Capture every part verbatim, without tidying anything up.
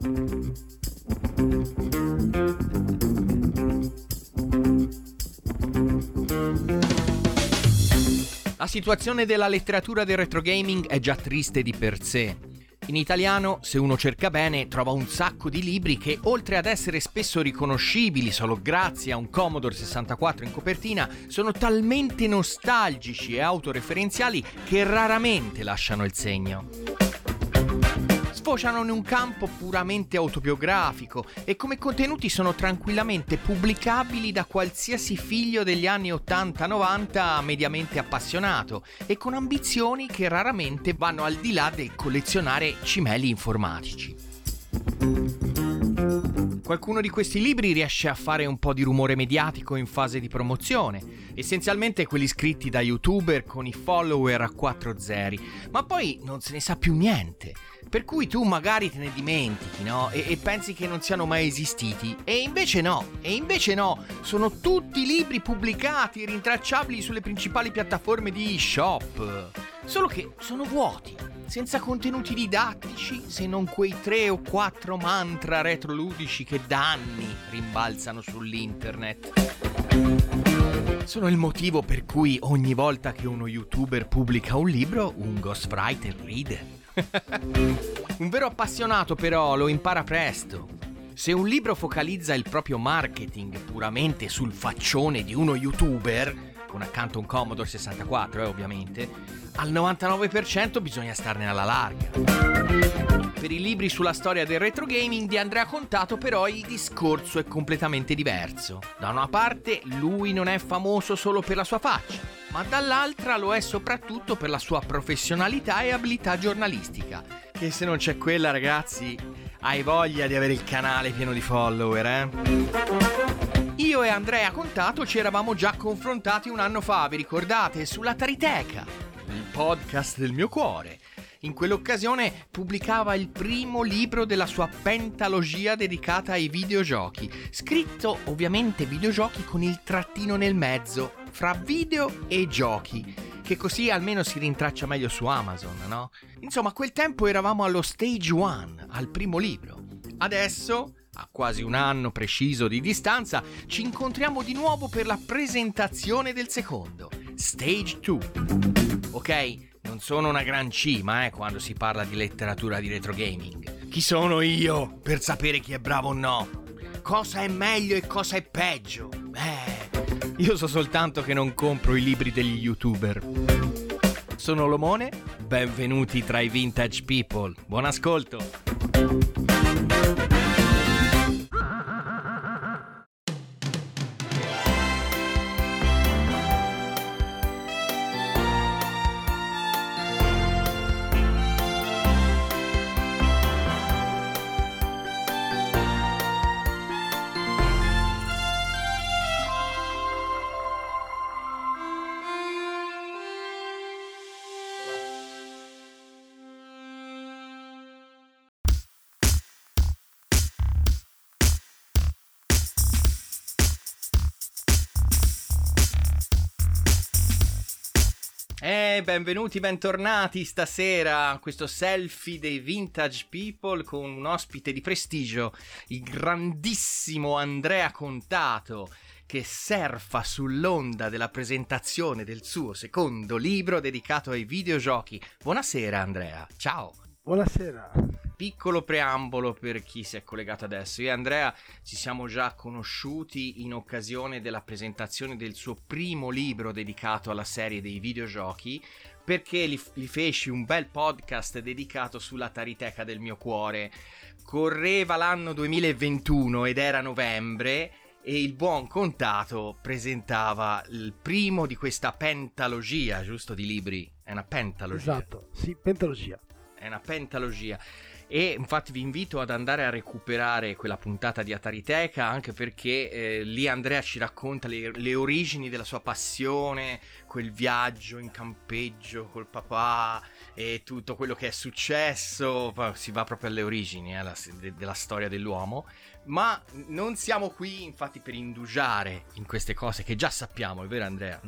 La situazione della letteratura del retro gaming è già triste di per sé. In italiano, se uno cerca bene, trova un sacco di libri che, oltre ad essere spesso riconoscibili solo grazie a un Commodore sessantaquattro in copertina, sono talmente nostalgici e autoreferenziali che raramente lasciano il segno. Sfociano in un campo puramente autobiografico e come contenuti sono tranquillamente pubblicabili da qualsiasi figlio degli anni ottanta novanta mediamente appassionato e con ambizioni che raramente vanno al di là del collezionare cimeli informatici. Qualcuno di questi libri riesce a fare un po' di rumore mediatico in fase di promozione, essenzialmente quelli scritti da youtuber con i follower a quattro zeri, ma poi non se ne sa più niente. Per cui tu magari te ne dimentichi, no? E, e pensi che non siano mai esistiti. E invece no, e invece no. Sono tutti libri pubblicati e rintracciabili sulle principali piattaforme di e-shop. Solo che sono vuoti, senza contenuti didattici, se non quei tre o quattro mantra retroludici che da anni rimbalzano sull'internet. Sono il motivo per cui ogni volta che uno youtuber pubblica un libro, un ghostwriter ride. Un vero appassionato però lo impara presto. Se un libro focalizza il proprio marketing puramente sul faccione di uno youtuber, con accanto un Commodore sessantaquattro eh, ovviamente, al novantanove per cento bisogna starne alla larga. Per i libri sulla storia del retro gaming di Andrea Contato però il discorso è completamente diverso. Da una parte lui non è famoso solo per la sua faccia, ma dall'altra lo è soprattutto per la sua professionalità e abilità giornalistica. Che se non c'è quella, ragazzi, hai voglia di avere il canale pieno di follower, eh? Io e Andrea Contato ci eravamo già confrontati un anno fa, vi ricordate? Sulla Tariteca, il podcast del mio cuore. In quell'occasione pubblicava il primo libro della sua pentalogia dedicata ai videogiochi, scritto ovviamente videogiochi con il trattino nel mezzo, fra video e giochi, che così almeno si rintraccia meglio su Amazon, no? Insomma, a quel tempo eravamo allo stage one, al primo libro. Adesso, a quasi un anno preciso di distanza, ci incontriamo di nuovo per la presentazione del secondo, stage two. Ok? Non sono una gran cima, eh, quando si parla di letteratura di retro gaming. Chi sono io per sapere chi è bravo o no? Cosa è meglio e cosa è peggio? Eh, io so soltanto che non compro i libri degli youtuber. Sono Lomone, benvenuti tra i Vintage People. Buon ascolto! Eh, benvenuti, bentornati stasera a questo selfie dei Vintage People con un ospite di prestigio, il grandissimo Andrea Contato, che surfa sull'onda della presentazione del suo secondo libro dedicato ai videogiochi. Buonasera Andrea, ciao. Buonasera. Piccolo preambolo per chi si è collegato adesso. Io e Andrea ci siamo già conosciuti in occasione della presentazione del suo primo libro dedicato alla serie dei videogiochi, perché gli, gli feci un bel podcast dedicato sulla Tariteca del mio cuore. Correva l'anno duemilaventuno ed era novembre e il buon Contato presentava il primo di questa pentalogia, giusto, di libri? È una pentalogia. Esatto, sì, pentalogia. È una pentalogia. E infatti vi invito ad andare a recuperare quella puntata di Atariteca, anche perché eh, lì Andrea ci racconta le, le origini della sua passione, quel viaggio in campeggio col papà e tutto quello che è successo. Si va proprio alle origini eh, la, de, della storia dell'uomo, ma non siamo qui infatti per indugiare in queste cose che già sappiamo, è vero Andrea? Noi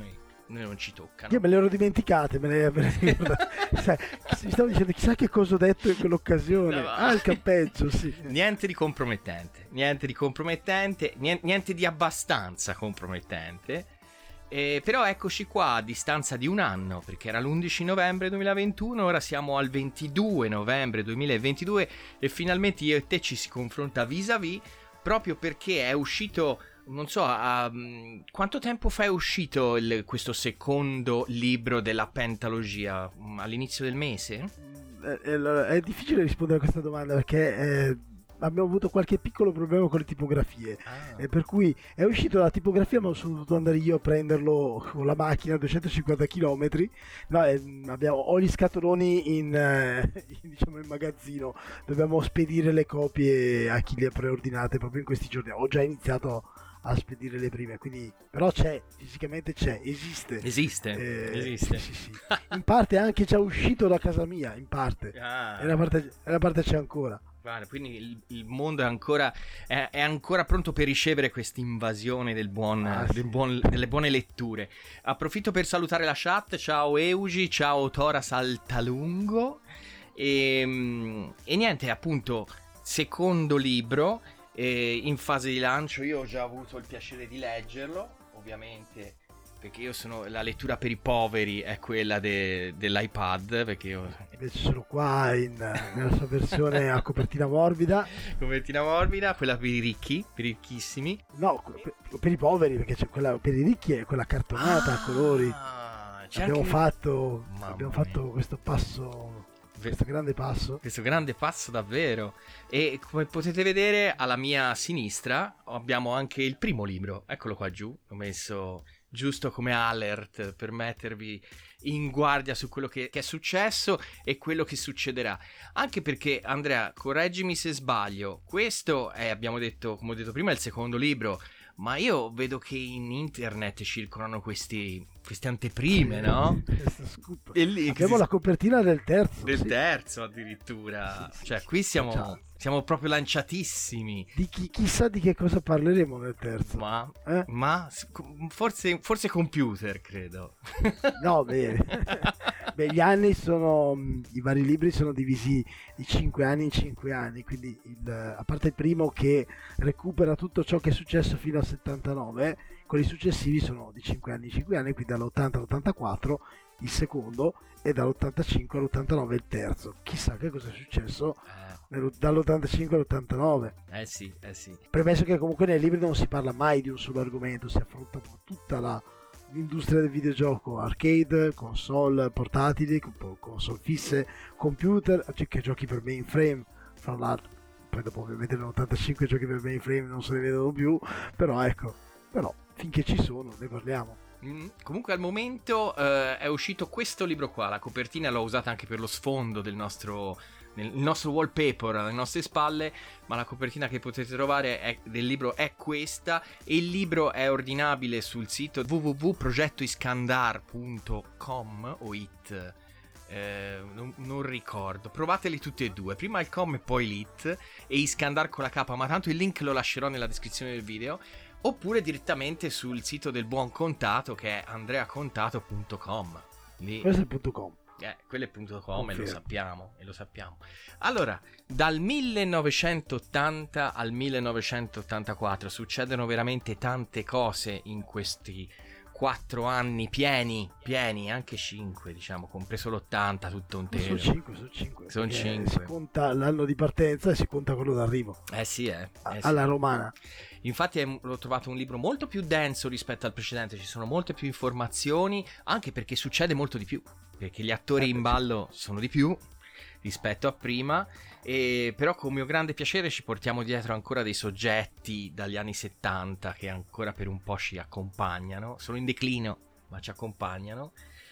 noi non ci toccano. Io me le ero dimenticate, me le, me le Sai, mi stavo dicendo chissà che cosa ho detto in quell'occasione. No, ah il campeggio, sì. Niente di compromettente, niente di compromettente, niente, niente di abbastanza compromettente. Eh, però eccoci qua a distanza di un anno, perché era l'undici novembre duemilaventuno, ora siamo al ventidue novembre duemilaventidue e finalmente io e te ci si confronta vis-à-vis, proprio perché è uscito, non so, a, um, quanto tempo fa è uscito il, questo secondo libro della pentalogia? All'inizio del mese? È, è, è difficile rispondere a questa domanda perché eh, abbiamo avuto qualche piccolo problema con le tipografie, Ah. eh, per cui è uscito la tipografia ma sono dovuto andare io a prenderlo con la macchina a duecentocinquanta chilometri. No, eh, abbiamo, ho gli scatoloni in, eh, in, diciamo in magazzino, dobbiamo spedire le copie a chi le ha preordinate proprio in questi giorni. Ho già iniziato a spedire le prime, quindi però c'è, fisicamente c'è, esiste. Esiste, Eh, esiste. Sì, sì, sì. In parte è anche già uscito da casa mia, in parte. Ah. E la parte, e la parte c'è ancora. Guarda, quindi il, il mondo è ancora, è, è ancora pronto per ricevere questa invasione del buon, Ah, del sì. buon, delle buone letture. Approfitto per salutare la chat. Ciao Eugi, ciao Tora Saltalungo. E, e niente, appunto, secondo libro eh, in fase di lancio. Io ho già avuto il piacere di leggerlo, ovviamente, perché io sono, la lettura per i poveri è quella de, dell'iPad, perché io Invece sono qua in, nella sua versione a copertina morbida. copertina morbida, quella per i ricchi, per i ricchissimi. No, per, per i poveri, perché c'è quella per i ricchi è quella cartonata a colori. C'è Abbiamo, anche- fatto, Mamma abbiamo mia. fatto questo passo, Ve- questo grande passo. questo grande passo davvero. E come potete vedere alla mia sinistra abbiamo anche il primo libro, eccolo qua giù, l'ho messo giusto come alert per mettervi in guardia su quello che, che è successo e quello che succederà. Anche perché, Andrea, correggimi se sbaglio, questo è, abbiamo detto, come ho detto prima, il secondo libro, ma io vedo che in internet circolano questi, queste anteprime, no? Questo scoop. E lì- Abbiamo la copertina del terzo. del sì. terzo addirittura. Sì, sì, Cioè sì, qui siamo, ciao. siamo proprio lanciatissimi. Di chi, chissà di che cosa parleremo nel terzo. Ma, Eh? ma forse, forse computer, credo. No, bene. Beh, gli anni sono, i vari libri sono divisi di cinque anni in cinque anni, quindi il, a parte il primo che recupera tutto ciò che è successo fino al settantanove, quelli successivi sono di cinque anni in cinque anni, quindi dall'ottanta all'ottantaquattro il secondo e dall'ottantacinque all'ottantanove il terzo. Chissà che cosa è successo nello- dall'ottantacinque all'ottantanove. Eh sì, eh sì. Premesso che comunque nei libri non si parla mai di un solo argomento, si affronta tutta la l'industria del videogioco, arcade, console portatili, con- console fisse, computer, che giochi per mainframe, fra l'altro. Poi dopo ovviamente nell'ottantacinque giochi per mainframe non se ne vedono più, però ecco, però finché ci sono ne parliamo. Mm, comunque al momento eh, è uscito questo libro qua, la copertina l'ho usata anche per lo sfondo del nostro, nel, il nostro wallpaper alle nostre spalle, ma la copertina che potete trovare è, del libro è questa, e il libro è ordinabile sul sito w w w punto progetto iskandar punto com o it. Eh, non, non ricordo, provateli tutti e due, prima il com e poi l'it, e Iskandar con la K, ma tanto il link lo lascerò nella descrizione del video, oppure direttamente sul sito del buon Contato, che è andreacontato punto com. Lì, Questo è il punto com. eh, quello è punto .com e lo Confermo. sappiamo, e lo sappiamo. Allora, dal millenovecentottanta al millenovecentottantaquattro succedono veramente tante cose in questi quattro anni pieni, pieni, anche cinque, diciamo, compreso l'ottanta, tutto un Sono telo. cinque, sono cinque. Sono perché cinque. Si conta l'anno di partenza e si conta quello d'arrivo. Eh sì, eh. a- eh sì. Alla romana. Infatti è- l'ho trovato un libro molto più denso rispetto al precedente, ci sono molte più informazioni, anche perché succede molto di più, perché gli attori Eh, in sì. ballo sono di più rispetto a prima, e però con mio grande piacere ci portiamo dietro ancora dei soggetti dagli anni settanta che ancora per un po' ci accompagnano, sono in declino ma ci accompagnano.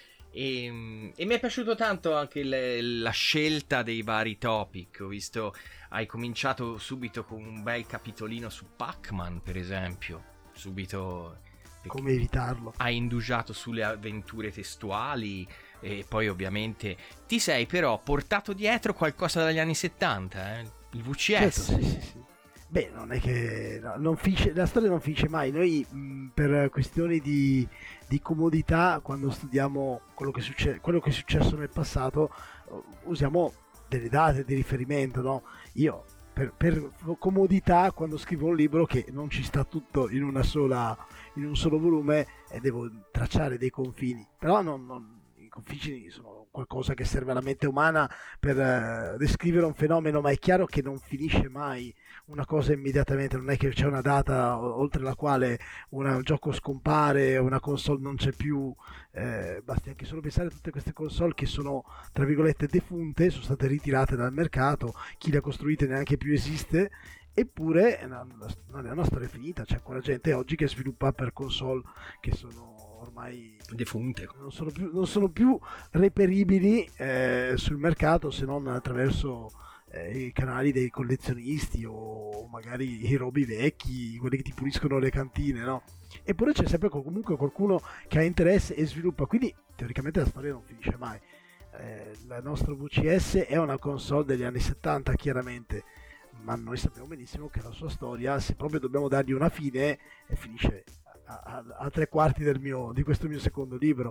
E, e mi è piaciuto tanto anche le- la scelta dei vari topic. Ho visto, hai cominciato subito con un bel capitolino su Pac-Man, per esempio, subito, perché Come evitarlo? hai indugiato sulle avventure testuali, e poi ovviamente ti sei però portato dietro qualcosa dagli anni settanta, eh? Il V C S. Certo, sì, sì, sì. Beh, non è che no, non finisce, la storia non finisce mai. Noi mh, per questioni di, di comodità, quando studiamo quello che, succe- quello che è successo nel passato, uh, usiamo delle date di riferimento, no? Io per, per comodità, quando scrivo un libro che non ci sta tutto in una sola in un solo volume, e devo tracciare dei confini, però non, non i confini sono qualcosa che serve alla mente umana per uh, descrivere un fenomeno, ma è chiaro che non finisce mai una cosa immediatamente, non è che c'è una data oltre la quale un gioco scompare, una console non c'è più, eh, basti anche solo pensare a tutte queste console che sono tra virgolette defunte, sono state ritirate dal mercato, chi le ha costruite neanche più esiste, eppure non è una storia finita, c'è ancora gente oggi che sviluppa per console che sono ormai defunte, non sono più, non sono più reperibili eh, sul mercato, se non attraverso eh, i canali dei collezionisti o magari i robi vecchi, quelli che ti puliscono le cantine, no? Eppure c'è sempre comunque qualcuno che ha interesse e sviluppa, quindi teoricamente la storia non finisce mai. Eh, la nostra V C S è una console degli anni settanta, chiaramente, ma noi sappiamo benissimo che la sua storia, se proprio dobbiamo dargli una fine, finisce a, a, a tre quarti del mio, di questo mio secondo libro.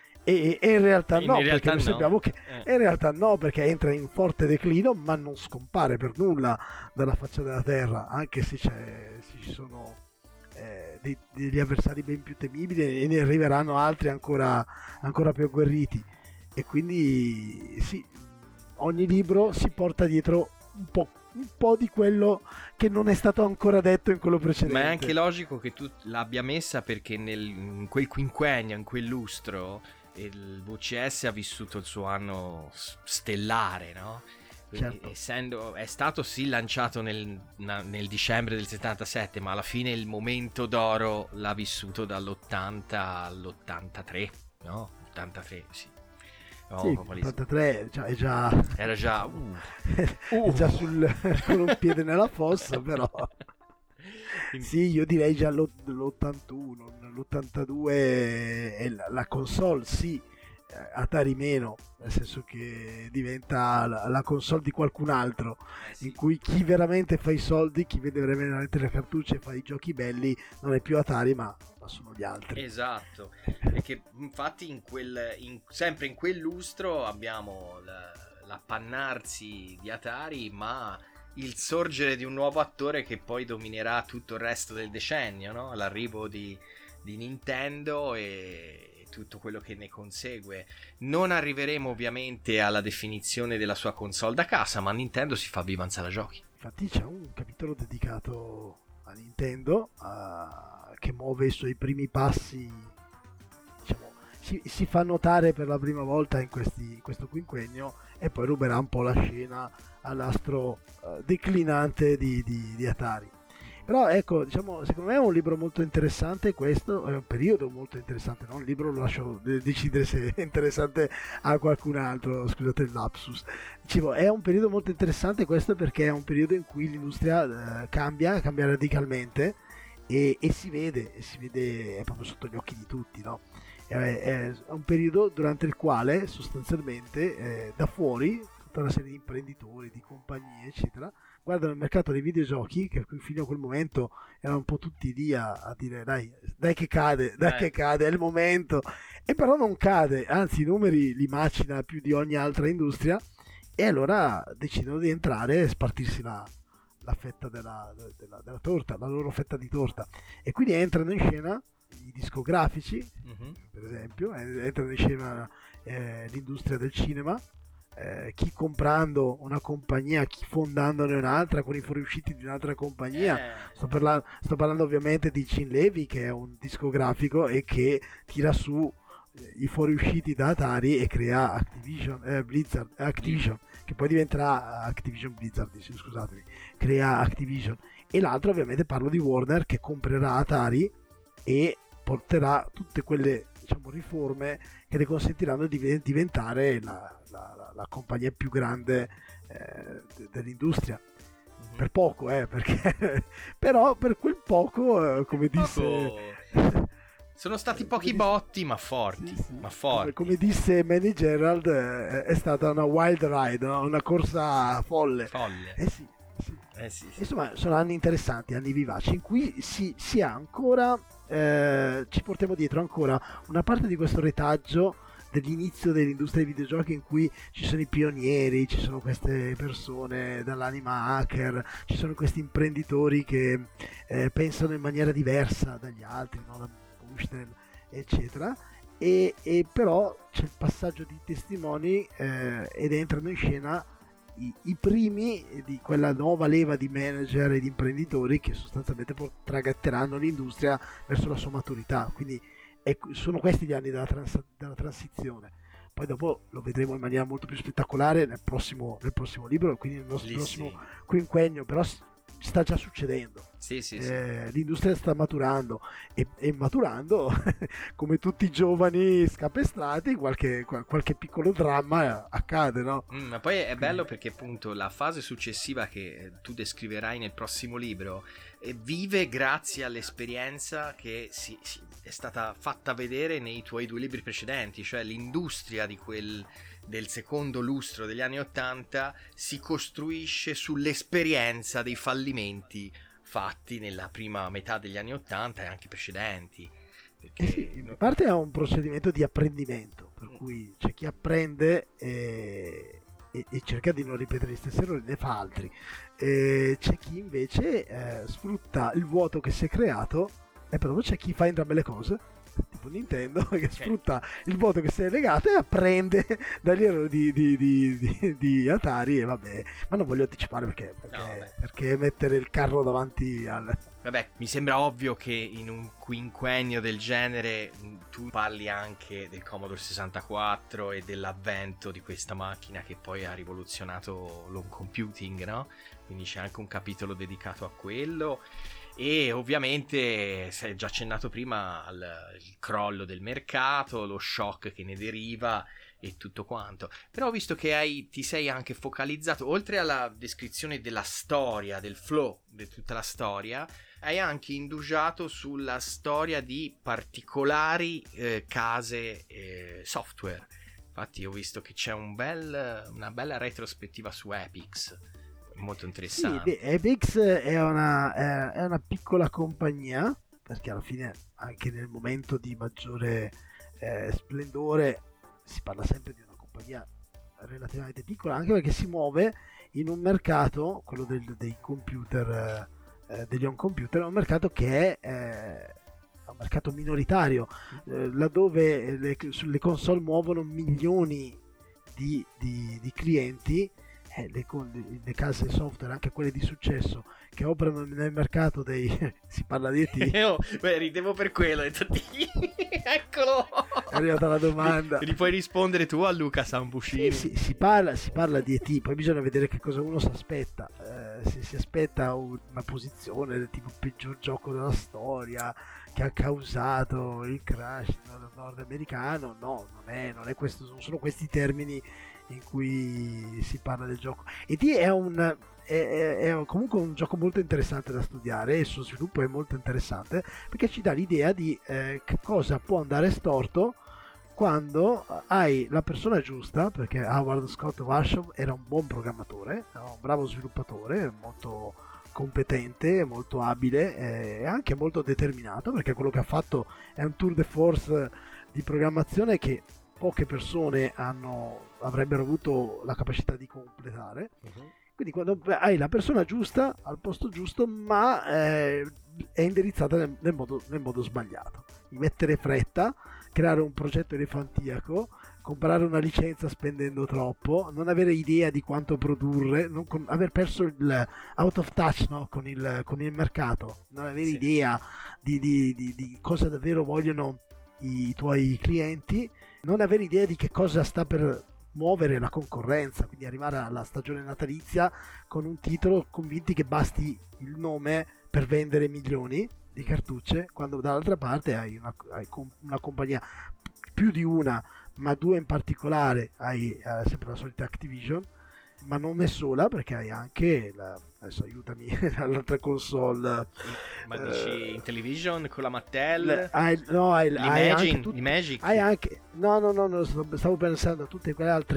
E, e in realtà in no, in perché realtà noi no. sappiamo che eh. in realtà no, perché entra in forte declino, ma non scompare per nulla dalla faccia della terra, anche se c'è, ci sono eh, dei, degli avversari ben più temibili, e ne arriveranno altri ancora, ancora più agguerriti. E quindi sì, ogni libro si porta dietro un po', un po' di quello che non è stato ancora detto in quello precedente. Ma è anche logico che tu l'abbia messa, perché nel, in quel quinquennio, in quel lustro, il V C S ha vissuto il suo anno stellare, no? Quindi, certo. essendo, è stato sì lanciato nel, na, nel dicembre del settantasette, ma alla fine il momento d'oro l'ha vissuto dall'ottanta all'ottantatré, no? ottantatré, sì. Oh, sì, ottantatré già, è già era già uh. è già sul, con un piede nella fossa, però sì, io direi già l'ottantuno, l'ottantadue è la, la console, sì, Atari meno, nel senso che diventa la, la console di qualcun altro, eh sì. in cui chi veramente fa i soldi, chi vede veramente le cartucce e fa i giochi belli, non è più Atari, ma, ma sono gli altri. Esatto, perché infatti in quel, in, sempre in quel lustro abbiamo l'appannarsi di Atari, ma il sorgere di un nuovo attore che poi dominerà tutto il resto del decennio, no? L'arrivo di, di Nintendo e tutto quello che ne consegue. Non arriveremo ovviamente alla definizione della sua console da casa, ma Nintendo si fa viva in sala giochi. Infatti c'è un capitolo dedicato a Nintendo, a... che muove i suoi primi passi, diciamo, si, si fa notare per la prima volta in, questi, in questo quinquennio, e poi ruberà un po' la scena all'astro uh, declinante di, di, di Atari. Però ecco, diciamo, secondo me è un libro molto interessante, questo è un periodo molto interessante, no? Il libro lo lascio decidere se è interessante a qualcun altro, scusate il lapsus. Dicevo, è un periodo molto interessante questo, perché è un periodo in cui l'industria eh, cambia, cambia radicalmente, e, e si vede, e si vede è proprio sotto gli occhi di tutti, no? È, è un periodo durante il quale sostanzialmente eh, da fuori tutta una serie di imprenditori, di compagnie, eccetera, guardano il mercato dei videogiochi, che fino a quel momento erano un po' tutti lì a, a dire dai, dai che cade, dai eh. che cade, è il momento, e però non cade, anzi i numeri li macina più di ogni altra industria, e allora decidono di entrare e spartirsi la, la fetta della, della, della torta, la loro fetta di torta, e quindi entrano in scena i discografici, mm-hmm. per esempio, entrano in scena eh, l'industria del cinema, Eh, chi comprando una compagnia, chi fondandone un'altra con i fuoriusciti di un'altra compagnia. eh. sto, parla- sto parlando ovviamente di Chin Levy, che è un discografico e che tira su eh, i fuoriusciti da Atari e crea Activision, eh, Blizzard, Activision, che poi diventerà Activision Blizzard, scusatemi, crea Activision. E l'altro ovviamente parlo di Warner, che comprerà Atari e porterà tutte quelle, diciamo, riforme che le consentiranno di diventare la, la, la, la compagnia più grande eh, dell'industria. Mm-hmm. Per poco, eh, perché però per quel poco, eh, come disse poco. Sono stati pochi botti, ma forti, sì, sì. ma forti. Come, come disse Manny Gerald, eh, è stata una wild ride, no? Una corsa folle. Folle. Eh sì. Sì. Eh sì, sì. Insomma, sono anni interessanti, anni vivaci, in cui si, si ha ancora, eh, ci portiamo dietro ancora una parte di questo retaggio dell'inizio dell'industria dei videogiochi, in cui ci sono i pionieri, ci sono queste persone dall'anima hacker, ci sono questi imprenditori che eh, pensano in maniera diversa dagli altri, no? Da Bushnell, eccetera. E, e però c'è il passaggio di testimoni eh, ed entrano in scena i, i primi di quella nuova leva di manager e di imprenditori che sostanzialmente traghetteranno l'industria verso la sua maturità. Quindi è, sono questi gli anni della, trans, della transizione. Poi dopo lo vedremo in maniera molto più spettacolare nel prossimo, nel prossimo libro, quindi nel nostro Lì prossimo sì. quinquennio, però sta già succedendo. Sì, sì, eh, sì. L'industria sta maturando e, e maturando come tutti i giovani scapestrati qualche, qualche piccolo dramma accade, no? Mm, ma poi è bello perché appunto la fase successiva che tu descriverai nel prossimo libro eh, vive grazie all'esperienza che si, si, è stata fatta vedere nei tuoi due libri precedenti, cioè l'industria di quel del secondo lustro degli anni Ottanta si costruisce sull'esperienza dei fallimenti fatti nella prima metà degli anni Ottanta e anche precedenti. Perché... Eh sì, in parte è un procedimento di apprendimento, per cui c'è chi apprende e, e, e cerca di non ripetere gli stessi errori, ne fa altri. E c'è chi invece eh, sfrutta il vuoto che si è creato, e però c'è chi fa entrambe le cose, tipo Nintendo, che okay. sfrutta il vuoto che si è legato e apprende dagli errori di, di, di, di, di Atari. E vabbè, ma non voglio anticipare perché, perché, no, perché mettere il carro davanti al... Vabbè, mi sembra ovvio che in un quinquennio del genere tu parli anche del Commodore sessantaquattro e dell'avvento di questa macchina che poi ha rivoluzionato l'home computing, no? Quindi c'è anche un capitolo dedicato a quello. E ovviamente si è già accennato prima al il crollo del mercato, lo shock che ne deriva e tutto quanto. Però ho visto che hai, ti sei anche focalizzato, oltre alla descrizione della storia, del flow di tutta la storia, hai anche indugiato sulla storia di particolari eh, case eh, software. Infatti ho visto che c'è un bel, una bella retrospettiva su Epix, molto interessante. Sì, Epix è una, è una piccola compagnia, perché alla fine anche nel momento di maggiore eh, splendore si parla sempre di una compagnia relativamente piccola, anche perché si muove in un mercato, quello del, dei computer, eh, degli home computer, è un mercato che è eh, un mercato minoritario, eh, laddove le, le console muovono milioni di, di, di clienti. Eh, le, le case software, anche quelle di successo, che operano nel mercato dei si parla di E T. oh, beh, ridevo per quello, ho detto eccolo, è arrivata la domanda. Gli puoi rispondere tu a Luca Sambucini? Sì, sì, si parla, si parla di E T, poi bisogna vedere che cosa uno si aspetta. Eh, se si aspetta una posizione del tipo peggior gioco della storia che ha causato il crash nordamericano, no, non è, non è questo, non sono questi termini in cui si parla del gioco. E T è un è, è comunque un gioco molto interessante da studiare, e il suo sviluppo è molto interessante perché ci dà l'idea di eh, che cosa può andare storto quando hai la persona giusta, perché Howard Scott Warshaw era un buon programmatore, era un bravo sviluppatore, molto competente, molto abile e anche molto determinato, perché quello che ha fatto è un tour de force di programmazione che poche persone hanno, avrebbero avuto la capacità di completare. Uh-huh. Quindi quando hai la persona giusta al posto giusto, ma eh, è indirizzata nel, nel, modo, nel modo sbagliato. Di mettere fretta, creare un progetto elefantiaco, comprare una licenza spendendo troppo, non avere idea di quanto produrre, non con, aver perso il out of touch, no? con, il, con il mercato, non avere sì. idea di, di, di, di cosa davvero vogliono i tuoi clienti, non avere idea di che cosa sta per muovere la concorrenza, quindi arrivare alla stagione natalizia con un titolo convinti che basti il nome per vendere milioni di cartucce, quando dall'altra parte hai una, hai una compagnia, più di una, ma due in particolare, hai eh, sempre la solita Activision, ma non è sola, perché hai anche la, adesso aiutami, l'altra console, ma dici uh, in television con la Mattel, le, hai, no, hai, hai Imagine, anche tut- Magic, hai anche no no no, no stavo pensando a tutte quelle altre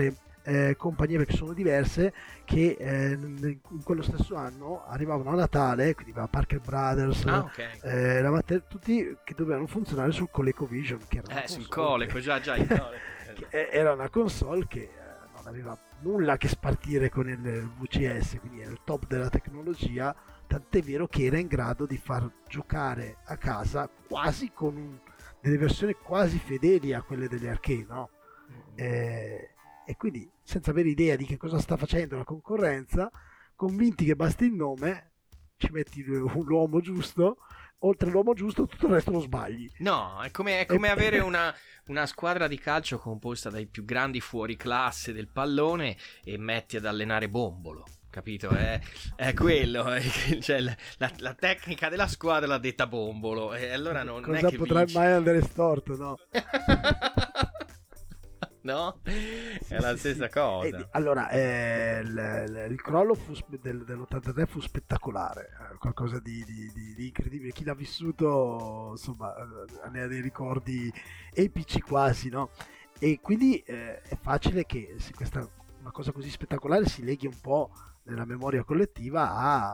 eh, compagnie, perché sono diverse, che eh, in quello stesso anno arrivavano a Natale, quindi la Parker Brothers, ah, okay. eh, la Mattel, tutti che dovevano funzionare sul ColecoVision, che era eh, sul Coleco, già già il Coleco. Era una console che non aveva nulla a che spartire con il V C S, quindi era il top della tecnologia, tant'è vero che era in grado di far giocare a casa quasi con un, delle versioni quasi fedeli a quelle delle arcade, no? Eh, e quindi senza avere idea di che cosa sta facendo la concorrenza, convinti che basti il nome, ci metti l'uomo giusto, oltre l'uomo giusto tutto il resto lo sbagli. No, è come, è come avere una, una squadra di calcio composta dai più grandi fuoriclasse del pallone e metti ad allenare Bombolo, capito? È, è quello, è, cioè, la, la, la tecnica della squadra l'ha detta Bombolo, e allora non, cosa non è che potrà vinci. mai andare storto, no? No? È sì, la sì, stessa sì. cosa. Eh, allora, eh, il, il crollo fu, del, dell'ottantatré fu spettacolare, eh, qualcosa di, di, di, di incredibile. Chi l'ha vissuto, insomma, ne ha dei ricordi epici quasi, no? E quindi eh, è facile che se questa una cosa così spettacolare si leghi un po' nella memoria collettiva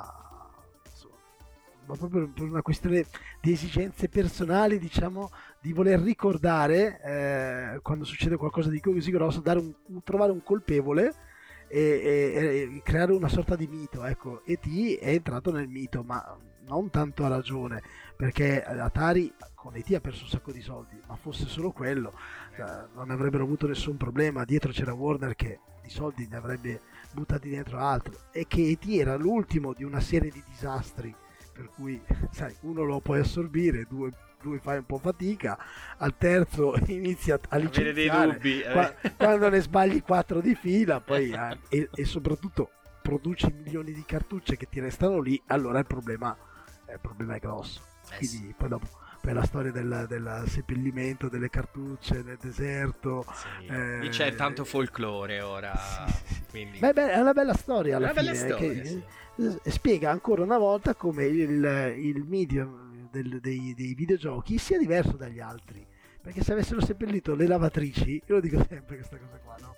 a, insomma, ma proprio per una questione di esigenze personali, diciamo, di voler ricordare eh, quando succede qualcosa di così grosso, dare un, un, trovare un colpevole e, e, e creare una sorta di mito. Ecco, E T è entrato nel mito, ma non tanto a ragione, perché Atari con E T ha perso un sacco di soldi, ma fosse solo quello eh, non avrebbero avuto nessun problema. Dietro c'era Warner che di soldi ne avrebbe buttati dentro altro, e che E T era l'ultimo di una serie di disastri, per cui sai, uno lo puoi assorbire, due lui fai un po' fatica, al terzo inizia a licenziare dei dubbi, eh. Qua, quando ne sbagli quattro di fila, poi eh, e, e soprattutto produci milioni di cartucce che ti restano lì, allora il problema, eh, il problema è grosso. Eh Quindi sì. poi dopo per la storia del, del seppellimento delle cartucce nel deserto, sì. eh, Lì c'è tanto folklore ora, sì, sì, sì. quindi... Beh, beh, è una bella storia alla è una fine, bella storia, che sì. spiega ancora una volta come il, il medium del, dei, dei videogiochi sia diverso dagli altri, perché se avessero seppellito le lavatrici, io lo dico sempre questa cosa qua, no?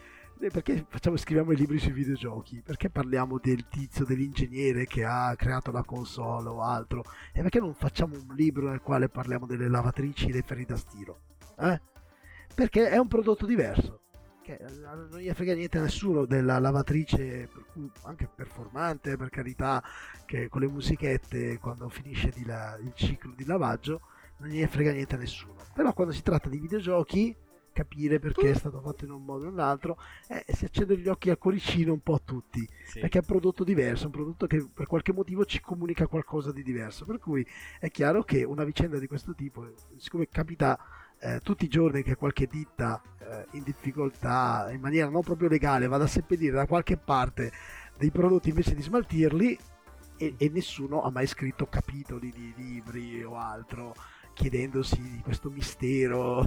Perché facciamo, scriviamo i libri sui videogiochi? Perché parliamo del tizio, dell'ingegnere che ha creato la console o altro? E perché non facciamo un libro nel quale parliamo delle lavatrici e dei ferri da stiro? Eh? Perché è un prodotto diverso. Che non gli frega niente a nessuno della lavatrice, anche performante, per carità, che con le musichette quando finisce di la, il ciclo di lavaggio non gli frega niente a nessuno. Però quando si tratta di videogiochi, capire perché è stato fatto in un modo o in un altro, eh, si accendono gli occhi al cuoricino un po' a tutti, sì. Perché è un prodotto diverso, un prodotto che per qualche motivo ci comunica qualcosa di diverso, per cui è chiaro che una vicenda di questo tipo, siccome capita Eh, tutti i giorni che qualche ditta eh, in difficoltà in maniera non proprio legale vada a seppellire da qualche parte dei prodotti invece di smaltirli, e, e nessuno ha mai scritto capitoli di libri o altro chiedendosi di questo mistero,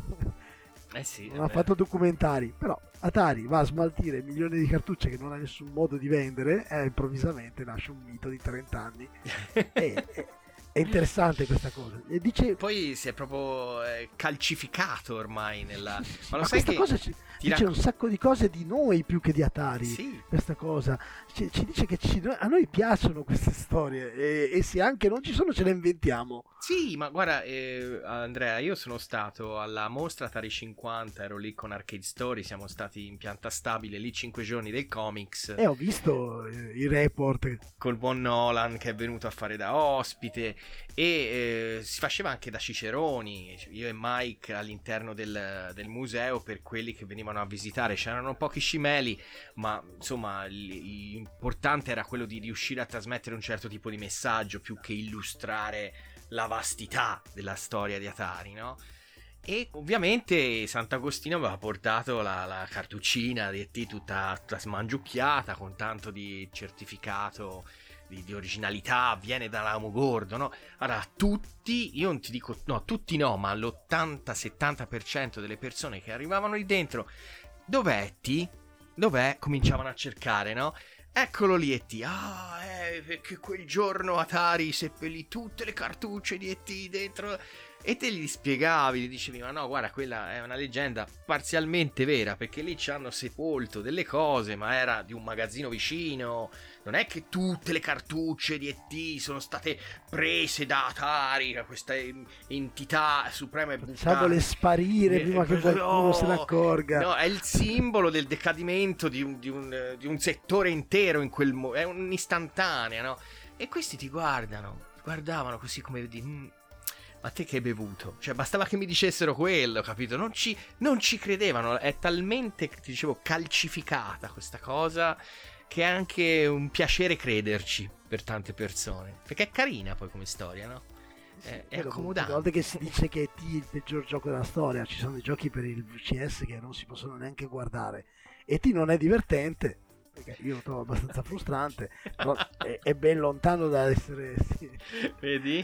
eh sì, non ha fatto documentari. Però Atari va a smaltire milioni di cartucce che non ha nessun modo di vendere e improvvisamente nasce un mito di trenta anni e, e è interessante questa cosa. E dice... Poi si è proprio eh, calcificato ormai nella... Sì, sì, ma lo ma sai questa che cosa ci dice raccom- un sacco di cose di noi più che di Atari. Sì. Questa cosa ci, ci dice che ci, a noi piacciono queste storie e, e se anche non ci sono ce le inventiamo. Sì, ma guarda eh, Andrea, io sono stato alla mostra Atari cinquanta, ero lì con Arcade Story, siamo stati in pianta stabile lì cinque giorni dei comics. E ho visto eh, i report col buon Nolan che è venuto a fare da ospite, e eh, si faceva anche da ciceroni, io e Mike all'interno del, del museo, per quelli che venivano a visitare. C'erano pochi scimeli, ma insomma l'importante era quello di riuscire a trasmettere un certo tipo di messaggio più che illustrare la vastità della storia di Atari, no? E ovviamente Sant'Agostino aveva portato la, la cartuccina di E T tutta, tutta smangiucchiata con tanto di certificato di, di originalità, viene dall'Alamogordo, no? Allora tutti, io non ti dico, no, tutti no, ma l'ottanta settanta per cento delle persone che arrivavano lì dentro, dov'è E T? Dov'è? Cominciavano a cercare, no? Eccolo lì E T. Ah, eh, perché quel giorno Atari seppellì tutte le cartucce di E T dentro. e te gli spiegavi, gli dicevi ma no guarda quella è una leggenda parzialmente vera perché lì ci hanno sepolto delle cose ma era di un magazzino vicino, non è che tutte le cartucce di E T sono state prese da Atari, da questa entità suprema e buttata, facciamole sparire prima che qualcuno se ne accorga. No, è il simbolo del decadimento di un, di un, di un settore intero in quel mo- è un'istantanea, no? E questi ti guardano, guardavano così come di mm, ma te che hai bevuto? Cioè bastava che mi dicessero quello, capito? Non ci, non ci credevano, è talmente, ti dicevo, calcificata questa cosa che è anche un piacere crederci per tante persone, perché è carina poi come storia, no? È, è accomodante. A volte che si dice che E T è il peggior gioco della storia, ci sono dei giochi per il V C S che non si possono neanche guardare. E T non è divertente, perché io lo trovo abbastanza frustrante, però è, è ben lontano da essere... Sì. Vedi?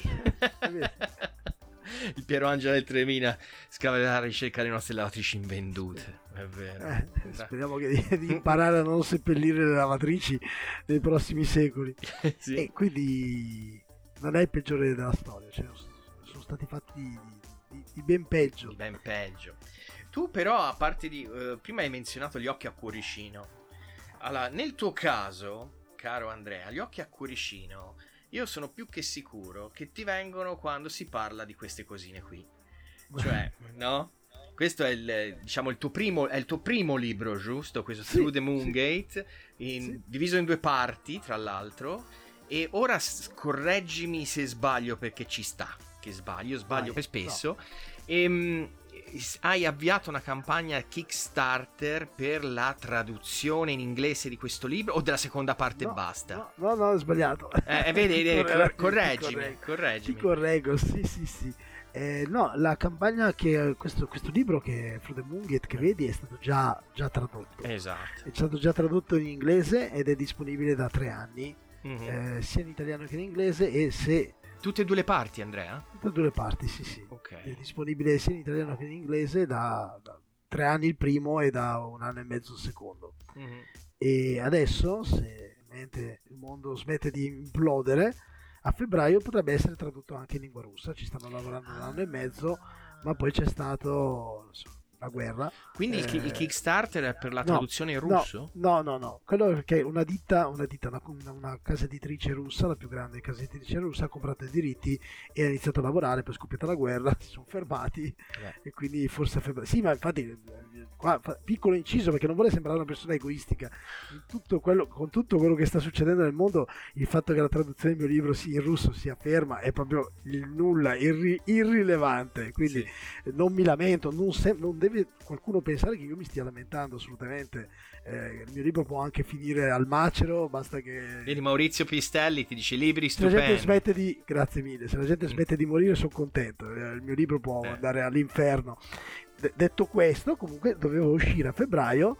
Il Piero Angela del tremila scava alla ricerca delle nostre lavatrici invendute, è vero. Eh, speriamo che di, di imparare a non seppellire le lavatrici nei prossimi secoli. Sì. E quindi non è il peggiore della storia, cioè, sono stati fatti di, di, di ben peggio. Di ben peggio. Tu però, a parte di... Uh, prima hai menzionato gli occhi a cuoricino. Allora, nel tuo caso, caro Andrea, gli occhi a cuoricino, io sono più che sicuro che ti vengono quando si parla di queste cosine qui. Cioè, no? Questo è il, diciamo, il tuo primo, è il tuo primo libro, giusto? Questo sì, Through the Moon Gate, sì, in, sì. diviso in due parti, tra l'altro. E ora correggimi se sbaglio, perché ci sta che sbaglio, sbaglio Vai, per spesso. No. E, hai avviato una campagna Kickstarter per la traduzione in inglese di questo libro o della seconda parte no, e basta? No, no, no, ho sbagliato. Eh, vedi, vedi, correggi, correggimi, correggo. correggimi. Ti correggo, sì, sì, sì. Eh, no, la campagna che questo, questo libro che Through the Moon Gate che vedi è stato già, già tradotto. Esatto. È stato già tradotto in inglese ed è disponibile da tre anni, mm-hmm. eh, sia in italiano che in inglese, e se tutte e due le parti, Andrea? Tutte e due le parti, sì, sì. Okay. È disponibile sia in italiano che in inglese da, da tre anni il primo e da un anno e mezzo il secondo. Mm-hmm. E adesso, se mentre il mondo smette di implodere, a febbraio potrebbe essere tradotto anche in lingua russa. Ci stanno lavorando un anno e mezzo, ma poi c'è stato... Insomma, la guerra. Quindi eh, il Kickstarter è per la traduzione no, in russo? No, no, no, no. Quello è perché una ditta, una, ditta una, una casa editrice russa, la più grande casa editrice russa, ha comprato i diritti e ha iniziato a lavorare, poi è scoppiata la guerra, si sono fermati eh. e quindi forse a febbraio. Sì, ma infatti, qua, piccolo inciso, perché non vuole sembrare una persona egoistica. In tutto quello, con tutto quello che sta succedendo nel mondo, il fatto che la traduzione del mio libro sia in russo sia ferma è proprio il nulla, irri, irrilevante. Quindi sì. non mi lamento, non, sem- non deve qualcuno pensare che io mi stia lamentando assolutamente. Eh, il mio libro può anche finire al macero, basta che vedi Maurizio Pistelli ti dice libri se stupendi, la gente smette di grazie mille se la gente smette di morire sono contento, eh, il mio libro può eh. andare all'inferno. D- detto questo, comunque dovevo uscire a febbraio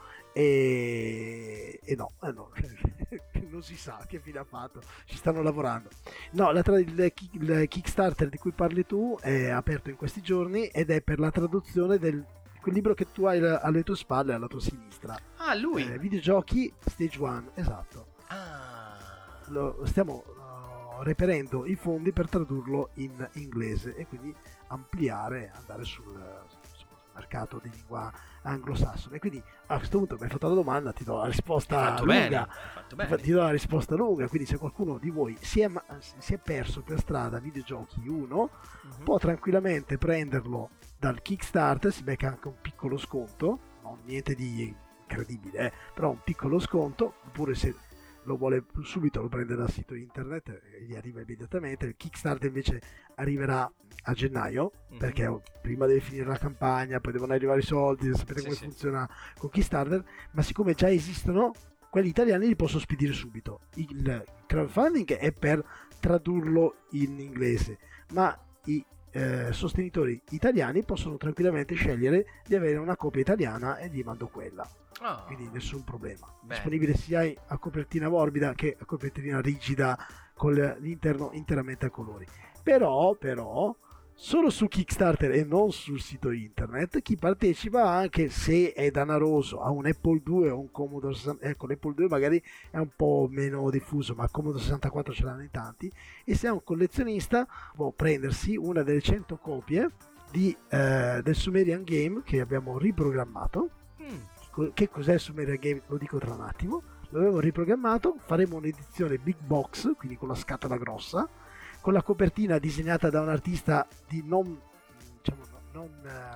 e, e no, eh no. non si sa che fine ha fatto, ci stanno lavorando. No, la tra- il, il Kickstarter di cui parli tu è aperto in questi giorni ed è per la traduzione del quel libro che tu hai alle tue spalle, alla tua sinistra. Ah, lui? Eh, videogiochi Stage One, esatto. Ah. Lo, stiamo uh, reperendo i fondi per tradurlo in inglese e quindi ampliare, andare sul, sul mercato di lingua anglosassone. Quindi a questo punto mi hai fatto la domanda, ti do la risposta fatto lunga. Bene, fatto bene. Ti do la risposta lunga, quindi se qualcuno di voi si è, si è perso per strada videogiochi uno, uh-huh. può tranquillamente prenderlo dal Kickstarter, si becca anche un piccolo sconto, non niente di incredibile, eh, però un piccolo sconto, oppure se lo vuole subito lo prende dal sito internet e gli arriva immediatamente. Il Kickstarter invece arriverà a gennaio, mm-hmm. perché prima deve finire la campagna, poi devono arrivare i soldi, sapete sì, come sì. funziona con Kickstarter, ma siccome già esistono, quelli italiani li posso spedire subito. Il crowdfunding è per tradurlo in inglese, ma i Eh, sostenitori italiani possono tranquillamente scegliere di avere una copia italiana e gli mando quella. Oh. Quindi nessun problema. Beh. Disponibile sia a copertina morbida che a copertina rigida con l'interno interamente a colori. Però, però solo su Kickstarter e non sul sito internet. Chi partecipa, anche se è danaroso, a un Apple due o un Commodore sessanta, ecco l'Apple due magari è un po' meno diffuso, ma il Commodore sessantaquattro ce l'hanno in tanti, e se è un collezionista può prendersi una delle cento copie di, eh, del Sumerian Game che abbiamo riprogrammato. mm. Che cos'è il Sumerian Game? Lo dico tra un attimo. Lo avevo riprogrammato, faremo un'edizione big box, quindi con la scatola grossa, con la copertina disegnata da un artista di non, diciamo, non,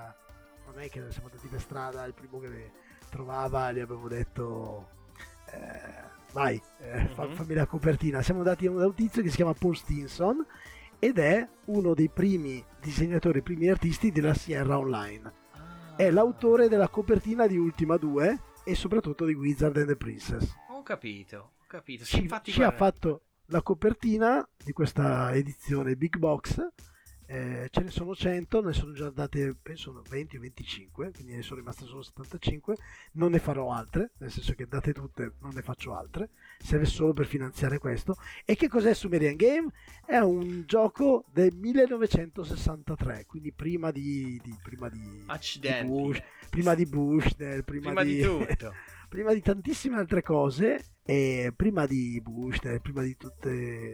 non è che siamo andati per strada, il primo che trovava gli abbiamo detto eh, vai, eh, fa, mm-hmm. fammi la copertina. Siamo andati da un tizio che si chiama Paul Stinson ed è uno dei primi disegnatori, primi artisti della Sierra Online. Ah. È l'autore della copertina di Ultima due e soprattutto di Wizard and the Princess. Ho capito, ho capito. Ci, Infatti, ci ha fatto la copertina di questa edizione big box, eh, ce ne sono cento, ne sono già andate penso venti o venticinque, quindi ne sono rimaste solo settantacinque. Non ne farò altre, nel senso che date tutte, non ne faccio altre, serve solo per finanziare questo. E che cos'è Sumerian Game? È un gioco del millenovecentosessantatré, quindi prima di, di prima di, Accidenti. di Bush, prima di Bush, prima, prima di, di tutto. prima di tantissime altre cose, e prima di Bush, prima di tutte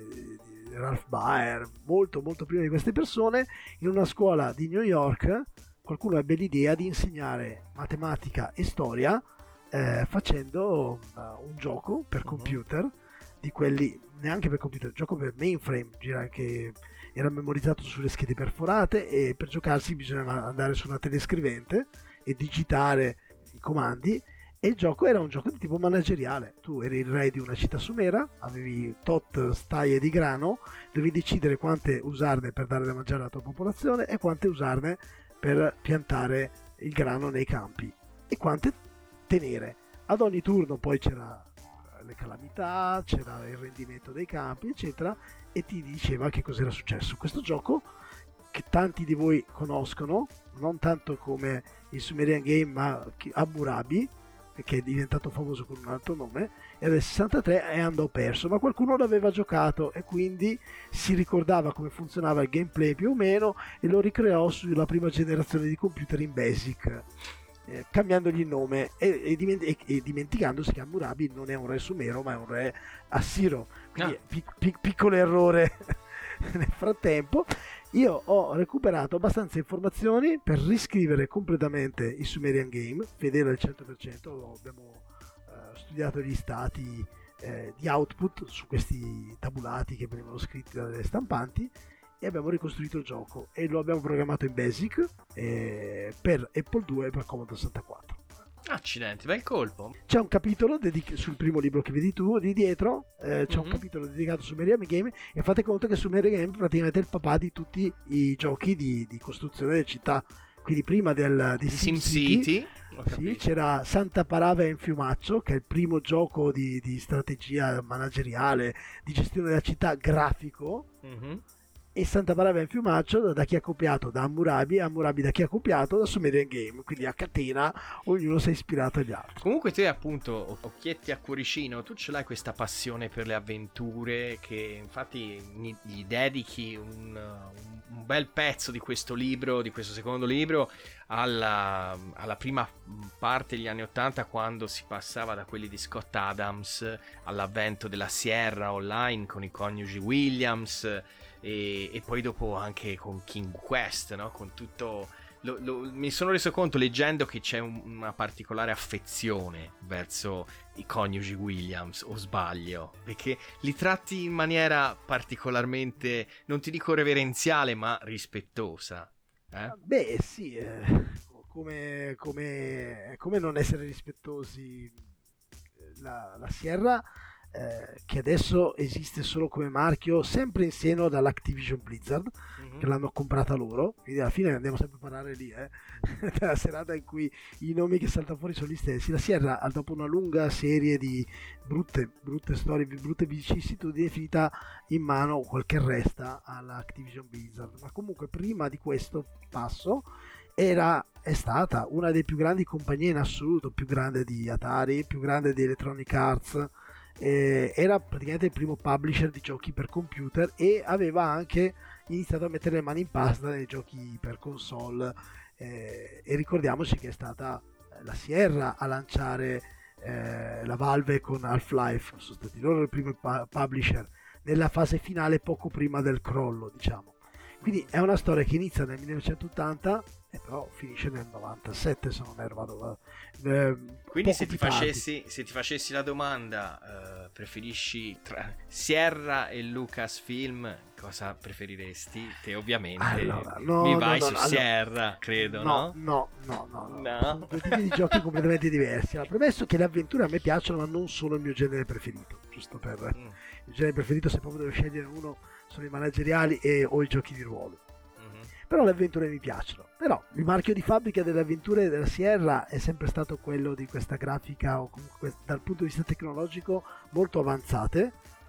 di Ralph Baer, molto molto prima di queste persone, in una scuola di New York qualcuno ebbe l'idea di insegnare matematica e storia eh, facendo uh, un gioco per computer, di quelli neanche per computer, gioco per mainframe, gira che era memorizzato sulle schede perforate, e per giocarsi bisognava andare su una telescrivente e digitare i comandi. E il gioco era un gioco di tipo manageriale. Tu eri il re di una città sumera, avevi tot staie di grano, dovevi decidere quante usarne per dare da mangiare alla tua popolazione e quante usarne per piantare il grano nei campi e quante tenere. Ad ogni turno poi c'era le calamità, c'era il rendimento dei campi, eccetera, e ti diceva che cos'era successo. Questo gioco, che tanti di voi conoscono, non tanto come il Sumerian Game, ma Hammurabi, che è diventato famoso con un altro nome, era del sessantatré e andò perso, ma qualcuno l'aveva giocato e quindi si ricordava come funzionava il gameplay più o meno e lo ricreò sulla prima generazione di computer in BASIC, eh, cambiandogli il nome e, e, diment- e, e dimenticandosi che Hammurabi non è un re sumero ma è un re assiro, quindi ah. pic- pic- piccolo errore. Nel frattempo io ho recuperato abbastanza informazioni per riscrivere completamente il Sumerian Game, fedele al cento per cento. Abbiamo eh, studiato gli stati eh, di output su questi tabulati che venivano scritti dalle stampanti e abbiamo ricostruito il gioco e lo abbiamo programmato in BASIC eh, per Apple due e per Commodore sessantaquattro. Accidenti, bel colpo. C'è un capitolo dedic- sul primo libro che vedi tu di dietro, eh, c'è mm-hmm. un capitolo dedicato a Sumerian Game, e fate conto che Sumerian Game praticamente è il papà di tutti i giochi di, di costruzione delle città. Quindi prima del, di SimCity sì, c'era Santa Parava in Fiumaccio, che è il primo gioco di, di strategia manageriale, di gestione della città grafico, mm-hmm. e Santa Parava in Fiumaccio da chi ha copiato da Hammurabi, Hammurabi da chi ha copiato da Sumerian Game, quindi a catena ognuno si è ispirato agli altri. Comunque te appunto, occhietti a cuoricino, tu ce l'hai questa passione per le avventure che infatti gli dedichi un, un bel pezzo di questo libro, di questo secondo libro, alla, alla prima parte degli anni ottanta, quando si passava da quelli di Scott Adams all'avvento della Sierra Online con i coniugi Williams. E, e poi dopo anche con King Quest, no? Con tutto lo, lo, mi sono reso conto leggendo che c'è un, una particolare affezione verso i coniugi Williams, o sbaglio? Perché li tratti in maniera particolarmente, non ti dico reverenziale, ma rispettosa, eh? Beh sì, eh, come, come, come non essere rispettosi. La, la Sierra Eh, che adesso esiste solo come marchio, sempre in seno dall'Activision Blizzard, mm-hmm. che l'hanno comprata loro, quindi alla fine andiamo sempre a parlare lì eh, della serata in cui i nomi che saltano fuori sono gli stessi. La Sierra, dopo una lunga serie di brutte, brutte storie, brutte vicissitudini, è finita in mano quel che resta all'Activision Blizzard, ma comunque prima di questo passo era, è stata una delle più grandi compagnie in assoluto, più grande di Atari, più grande di Electronic Arts, eh, era praticamente il primo publisher di giochi per computer e aveva anche iniziato a mettere le mani in pasta nei giochi per console, eh, e ricordiamoci che è stata la Sierra a lanciare eh, la Valve con Half-Life, sono stati loro il primo pu- publisher nella fase finale poco prima del crollo, diciamo. Quindi è una storia che inizia nel millenovecentottanta e però finisce nel novantasette, se non erro. Eh, Quindi se ti, facessi, se ti facessi la domanda, eh, preferisci tra Sierra e Lucasfilm, cosa preferiresti? Te ovviamente allora, no, mi no, vai no, su no, Sierra, allora, credo, no? No, no, no, no. no. Sono due tipi di giochi completamente diversi. Allora, premesso che le avventure a me piacciono, ma non sono il mio genere preferito, giusto per... Mm. Il genere preferito, se proprio devo scegliere uno, sono i manageriali e o i giochi di ruolo. Mm-hmm. Però le avventure mi piacciono. Però il marchio di fabbrica delle avventure della Sierra è sempre stato quello di questa grafica, o comunque dal punto di vista tecnologico molto avanzate.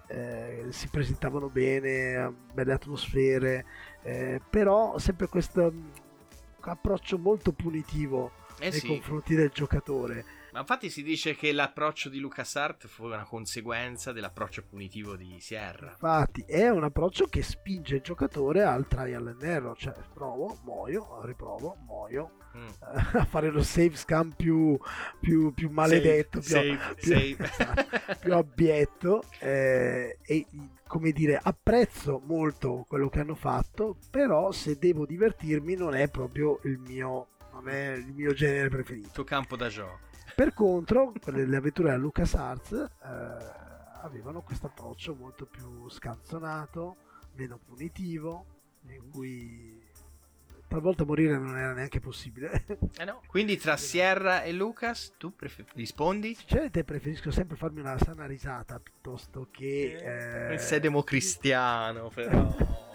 Eh, si presentavano bene, belle atmosfere, eh, però sempre questo approccio molto punitivo eh nei sì. confronti del giocatore. Ma infatti si dice che l'approccio di LucasArts fu una conseguenza dell'approccio punitivo di Sierra. Infatti è un approccio che spinge il giocatore al trial and error, cioè provo, muoio, riprovo, muoio, mm. a fare lo save scam più, più, più maledetto, save, più, save, più, save. più abbietto, eh, e come dire, apprezzo molto quello che hanno fatto, però se devo divertirmi non è proprio il mio, non è il mio genere preferito. Il tuo campo da gioco. Per contro, le avventure della LucasArts eh, avevano questo approccio molto più scanzonato, meno punitivo, in cui talvolta morire non era neanche possibile. Eh no. Quindi tra Sierra e Lucas tu prefer- rispondi? Sinceramente preferisco sempre farmi una sana risata piuttosto che... Eh... Sei democristiano però.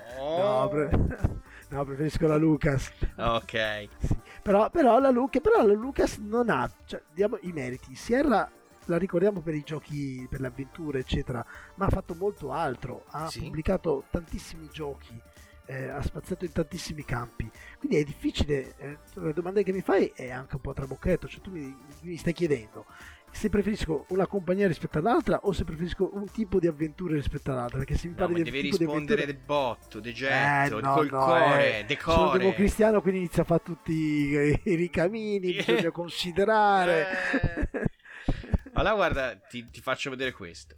no, pre- no, preferisco la Lucas. Ok. Sì. Però, però, la Lucas, però la Lucas non ha, cioè, diamo i meriti. Sierra la ricordiamo per i giochi, per le avventure, eccetera, ma ha fatto molto altro. Ha sì. pubblicato tantissimi giochi, eh, ha spaziato in tantissimi campi. Quindi è difficile. Eh, la domanda che mi fai è anche un po' trabocchetto. Cioè, tu mi, mi stai chiedendo se preferisco una compagnia rispetto all'altra o se preferisco un tipo di avventure rispetto all'altra, perché se mi parli no, di devi tipo rispondere di del botto, de getto, eh, no, col no, cuore, eh, decore. Sono democristiano, quindi inizia a fare tutti i, i ricamini, bisogna considerare. Eh. Allora guarda, ti, ti faccio vedere questo.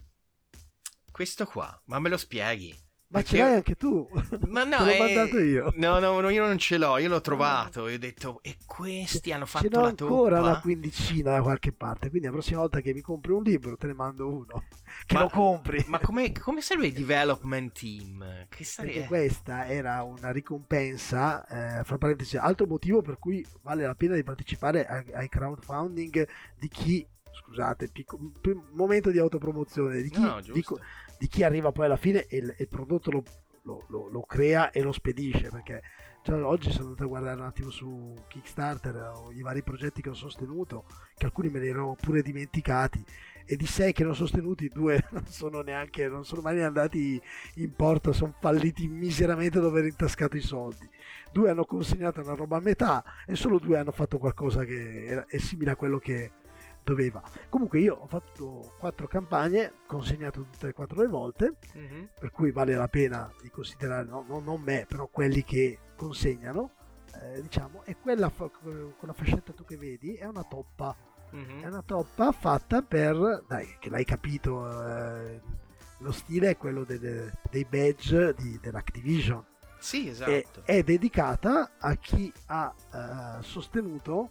Questo qua, ma me lo spieghi? Ma ce l'hai anche tu? Ma no, te l'ho eh, mandato io. No, no, no, io non ce l'ho, io l'ho trovato e ho detto, e questi hanno fatto ce n'ho la ancora toppa? Una quindicina da qualche parte, quindi la prossima volta che mi compri un libro te ne mando uno, che ma, lo compri. Ma come, come serve il development team? Che sarebbe? Perché questa era una ricompensa, eh, fra parentesi, altro motivo per cui vale la pena di partecipare ai, ai crowdfunding di chi, scusate, picco, momento di autopromozione, di chi, no, di, di chi arriva poi alla fine e il, il prodotto lo Lo, lo, lo crea e lo spedisce, perché cioè, oggi sono andato a guardare un attimo su Kickstarter o i vari progetti che ho sostenuto, che alcuni me li ero pure dimenticati, e di sei che ne ho sostenuti due non sono neanche non sono mai andati in porto, sono falliti miseramente dopo aver intascato i soldi. Due hanno consegnato una roba a metà e solo due hanno fatto qualcosa che era, è simile a quello che doveva. Comunque io ho fatto quattro campagne, consegnato tutte e quattro le volte, mm-hmm. per cui vale la pena di considerare, no, no, non me, però quelli che consegnano, eh, diciamo, e quella fa- quella fascetta tu che vedi è una toppa, mm-hmm. è una toppa fatta per, dai, che l'hai capito, eh, lo stile è quello de- dei badge di, dell'Activision. Sì, esatto. E, è dedicata a chi ha uh, sostenuto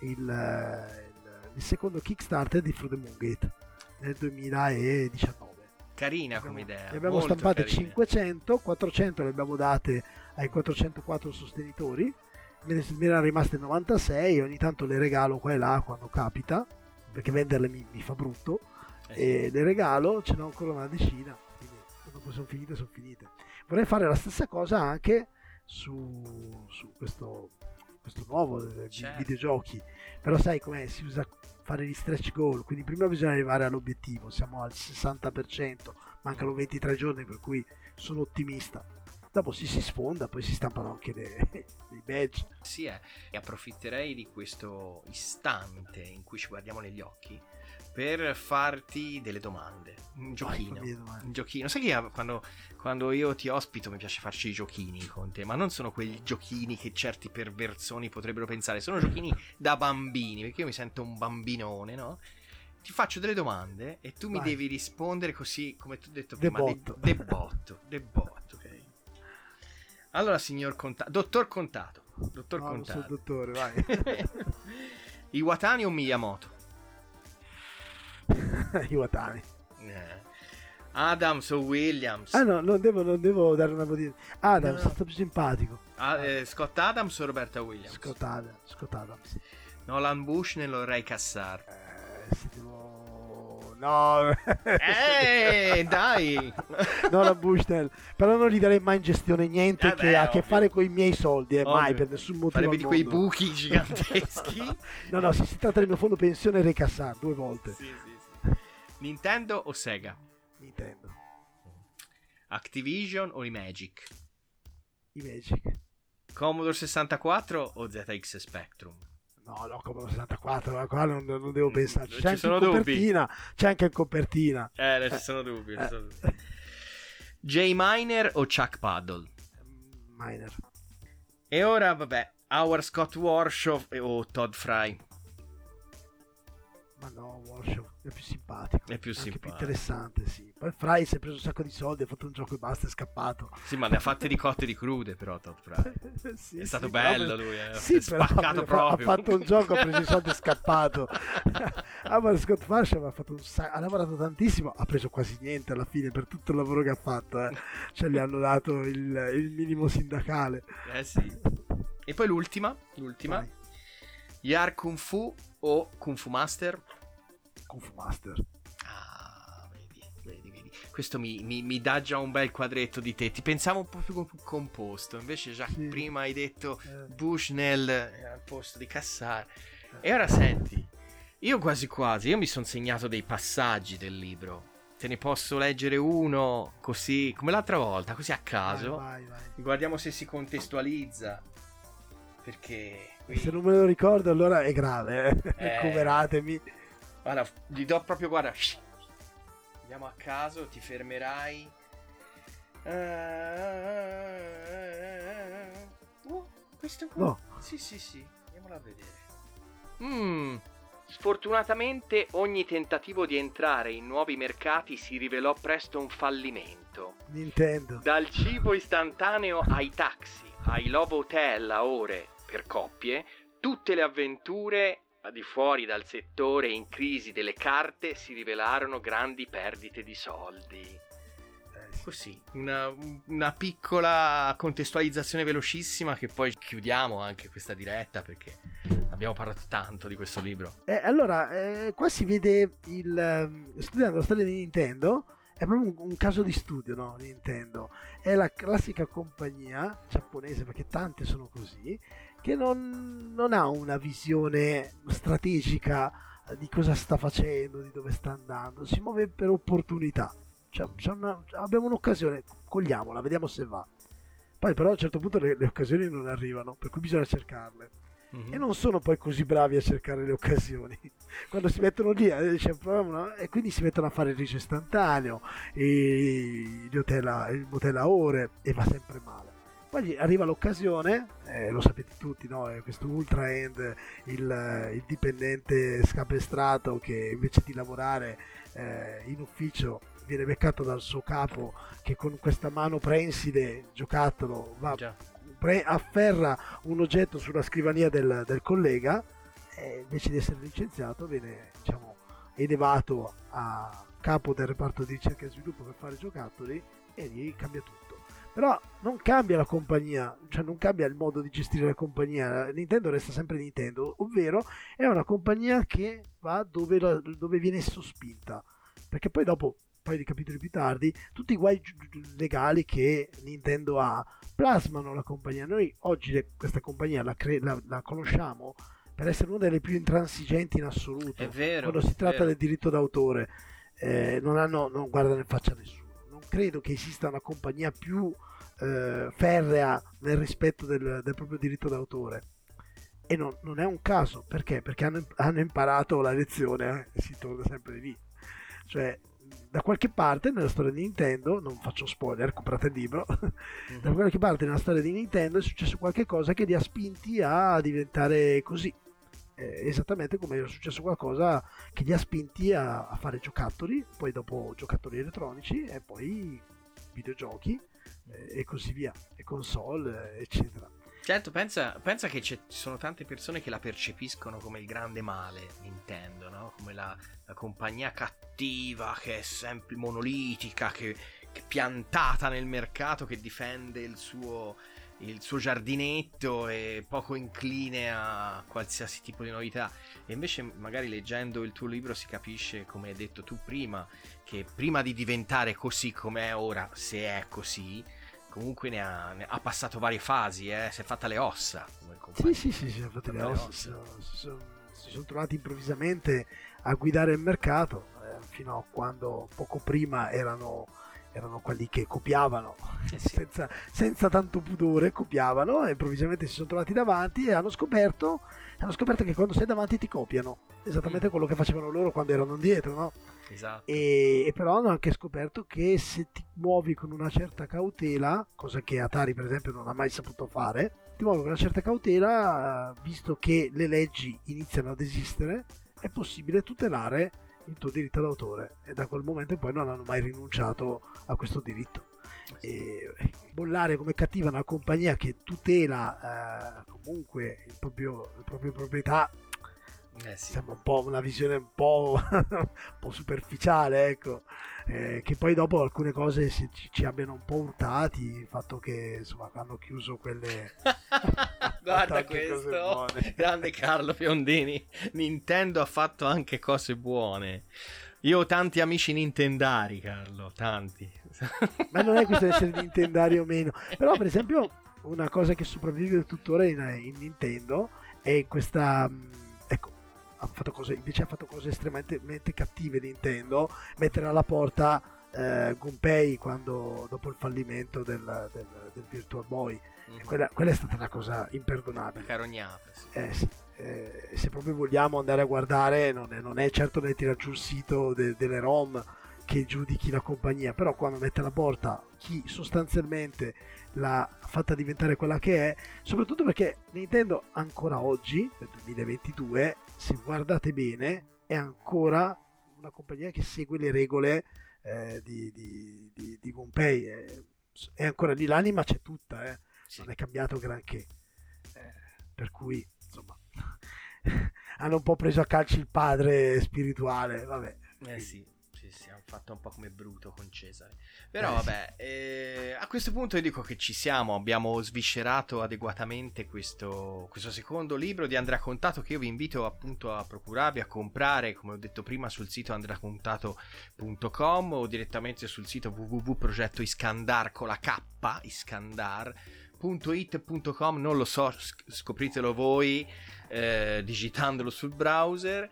il il secondo Kickstarter di Through the Moon Gate nel duemiladiciannove. Carina abbiamo, come idea. Ne abbiamo molto stampate carina. cinquecento, quattrocento le abbiamo date ai quattrocentoquattro sostenitori, me ne, me ne erano rimaste novantasei, ogni tanto le regalo qua e là quando capita, perché venderle mi, mi fa brutto, eh. e le regalo, ce n'ho ancora una decina, quindi quando sono finite sono finite. Vorrei fare la stessa cosa anche su, su questo, questo nuovo certo. videogiochi, però sai com'è, si usa fare gli stretch goal, quindi prima bisogna arrivare all'obiettivo, siamo al sessanta per cento, mancano ventitré giorni, per cui sono ottimista. Dopo si, si sfonda, poi si stampano anche dei badge. Sì, eh. E approfitterei di questo istante in cui ci guardiamo negli occhi per farti delle domande. Un giochino. Vai, domande. Un giochino. Sai che quando, quando io ti ospito mi piace farci i giochini con te, ma non sono quei giochini che certi perversoni potrebbero pensare, sono giochini da bambini, perché io mi sento un bambinone, no? Ti faccio delle domande e tu mi Vai. devi rispondere così, come tu hai detto De prima, botto. de, de botto, de botto, ok? Allora, signor Contato, dottor Contato, dottor No, non Contato. sono dottore, vai. Iwatani o Miyamoto? Iwatani. Eh. Adams o Williams? Ah no, non devo, non devo dare una votazione. Adams, No. è stato più simpatico. Ah, eh, Scott Adams o Roberta Williams? Scott Adams. Scott Adams. Nolan Bushnell o Ray Kassar? Eh, se devo... No. Eh, dai! No, la Bushnell. Però non gli darei mai in gestione niente Eh che beh, ha a che ovvio. fare con i miei soldi, eh, mai, Ovvio. per nessun motivo Farebbe al di quei mondo. buchi giganteschi. No, no, se si tratta del mio fondo pensione, Ray Kassar, due volte. Sì, sì, sì. Nintendo o Sega? Nintendo. Activision o i Magic? I Magic. Commodore sessantaquattro o Z X Spectrum? No, no, come sessantaquattro, ma qua non, non devo pensarci. Non C'è ci anche in sono dubbi. copertina. C'è anche in copertina. Eh, ci sono dubbi. ci Eh. sono dubbi. Jay Miner o Chuck Paddle? Miner. E ora, vabbè, Howard Scott Warshaw o Todd Fry? Ma no, Warshaw è più simpatico. È più anche simpatico. più interessante, sì. Poi Fry si è preso un sacco di soldi, ha fatto un gioco e basta, è scappato. Sì, ma ne ha fatte di cotte e di crude, però Todd Fry. Sì, È sì, stato però- bello lui, eh. Sì, È però spaccato ha- proprio. ha fatto un gioco, ha preso i soldi e è scappato. Ah, ma Scott Warshaw ha fatto un sa- ha lavorato tantissimo, ha preso quasi niente alla fine per tutto il lavoro che ha fatto, eh. Cioè gli hanno dato il, il minimo sindacale. Eh sì. E poi l'ultima, l'ultima. Vai. Yar Kung Fu o Kung Fu Master? Kung Fu Master. Ah, vedi, vedi, vedi. Questo mi, mi, mi dà già un bel quadretto di te. Ti pensavo un po' più composto. Invece già Sì. prima hai detto Eh. Bushnell eh, al posto di Kassar. E ora senti, io quasi quasi, io mi sono segnato dei passaggi del libro. Te ne posso leggere uno così, come l'altra volta, così a caso. Vai, vai, vai. Guardiamo se si contestualizza. Perché qui... Se non me lo ricordo allora è grave, eh. Eh. Recuperatemi. Guarda, gli do proprio, guarda. Andiamo a caso, ti fermerai. Uh, questo qua. No. Sì, sì, sì. Andiamolo a vedere. Mm. Sfortunatamente ogni tentativo di entrare in nuovi mercati si rivelò presto un fallimento. Nintendo. Dal cibo istantaneo ai taxi, ai love hotel a ore per coppie, tutte le avventure al di fuori dal settore in crisi delle carte si rivelarono grandi perdite di soldi. Eh, sì. Così, una, una piccola contestualizzazione velocissima che poi chiudiamo anche questa diretta perché abbiamo parlato tanto di questo libro. Eh, allora, eh, qua si vede il ehm, studiando la storia di Nintendo, è proprio un, un caso di studio, no? Nintendo è la classica compagnia giapponese, perché tante sono così, che non, non ha una visione strategica di cosa sta facendo, di dove sta andando, si muove per opportunità. Cioè, c'è una- abbiamo un'occasione, cogliamola, vediamo se va. Poi però a un certo punto le, le occasioni non arrivano, per cui bisogna cercarle. Mm-hmm. E non sono poi così bravi a cercare le occasioni. Quando si mettono lì eh, c'è un problema, e quindi si mettono a fare il riso istantaneo e gli hotel a, il motel a ore e va sempre male. Poi gli arriva l'occasione, eh, lo sapete tutti, no? È questo ultra end, il, il dipendente scapestrato che invece di lavorare eh, in ufficio viene beccato dal suo capo che con questa mano prensile, giocattolo, va Già. pre- afferra un oggetto sulla scrivania del, del collega e invece di essere licenziato viene, diciamo, elevato a capo del reparto di ricerca e sviluppo per fare giocattoli e lì cambia tutto. Però non cambia la compagnia, cioè non cambia il modo di gestire la compagnia. Nintendo resta sempre Nintendo, ovvero è una compagnia che va dove, la- dove viene sospinta, perché poi dopo un paio di capitoli più tardi tutti i guai gi- gi- legali che Nintendo ha plasmano la compagnia. Noi oggi le- questa compagnia la, cre- la- la conosciamo per essere una delle più intransigenti in assoluto. È vero. Quando si tratta vero. del diritto d'autore, eh, non, hanno, non guardano in faccia a nessuno. Non credo che esista una compagnia più eh, ferrea nel rispetto del, del proprio diritto d'autore. E non, non è un caso, perché? Perché hanno, hanno imparato la lezione, eh? Si torna sempre lì. Cioè, da qualche parte nella storia di Nintendo, non faccio spoiler, comprate il libro, mm-hmm. da qualche parte nella storia di Nintendo è successo qualche cosa che li ha spinti a diventare così. Eh, esattamente come è successo qualcosa che li ha spinti a, a fare giocattoli, poi dopo giocattoli elettronici e poi videogiochi eh, e così via, e console, eh, eccetera. Certo, pensa, pensa che ci sono tante persone che la percepiscono come il grande male, Nintendo, no? Come la, la compagnia cattiva che è sempre monolitica, che, che è piantata nel mercato, che difende il suo, il suo giardinetto e poco incline a qualsiasi tipo di novità. E invece magari leggendo il tuo libro si capisce, come hai detto tu prima, che prima di diventare così come è ora, se è così, comunque ne ha, ne ha passato varie fasi, eh? Si è fatta le ossa. Sì, sì, sì, si è fatte le ossa. Si sono, si, sono, si sono trovati improvvisamente a guidare il mercato, eh, fino a quando poco prima erano, erano quelli che copiavano, eh sì. senza, senza tanto pudore copiavano, e improvvisamente si sono trovati davanti e hanno scoperto, hanno scoperto che quando sei davanti ti copiano, esattamente mm. quello che facevano loro quando erano dietro, no? Esatto. E, e però hanno anche scoperto che se ti muovi con una certa cautela, cosa che Atari per esempio non ha mai saputo fare, ti muovi con una certa cautela, visto che le leggi iniziano ad esistere, è possibile tutelare il tuo diritto d'autore, e da quel momento in poi non hanno mai rinunciato a questo diritto. E bollare come cattiva una compagnia che tutela eh, comunque il proprio, le proprie proprietà, Eh sì. sembra un po' una visione un po', un po' superficiale, ecco, eh, che poi dopo alcune cose si, ci, ci abbiano un po' urtati, il fatto che insomma hanno chiuso quelle guarda questo grande Carlo Fiondini, Nintendo ha fatto anche cose buone. Io ho tanti amici nintendari, Carlo, tanti. Ma non è questione di essere nintendari o meno, però per esempio una cosa che sopravvive tuttora in, in Nintendo è questa, ecco, ha fatto cose, invece ha fatto cose estremamente cattive Nintendo, mettere alla porta eh, Gunpei quando, dopo il fallimento del, del, del Virtual Boy. Mm-hmm. quella, quella è stata una cosa imperdonabile, carognata, sì. Eh, sì. Eh, se proprio vogliamo andare a guardare, non è, non è certo nel tirare giù il sito de, delle ROM che giudichi la compagnia, però quando mette alla porta chi sostanzialmente l'ha fatta diventare quella che è, soprattutto perché Nintendo ancora oggi, nel duemilaventidue, se guardate bene, è ancora una compagnia che segue le regole eh, di, di, di, di Gunpei, è, è ancora lì, l'anima c'è tutta, eh. Sì. Non è cambiato granché, eh, per cui insomma hanno un po' preso a calci il padre spirituale, vabbè. Eh sì, sì, sì, hanno fatto un po' come Bruto con Cesare. Però eh, vabbè, sì. eh, a questo punto io dico che ci siamo, abbiamo sviscerato adeguatamente questo, questo secondo libro di Andrea Contato, che io vi invito appunto a procurarvi, a comprare, come ho detto prima, sul sito andrea contato punto com o direttamente sul sito w w w punto progetto iskandar con la K, iskandar punto it punto com, non lo so, scopritelo voi eh, digitandolo sul browser.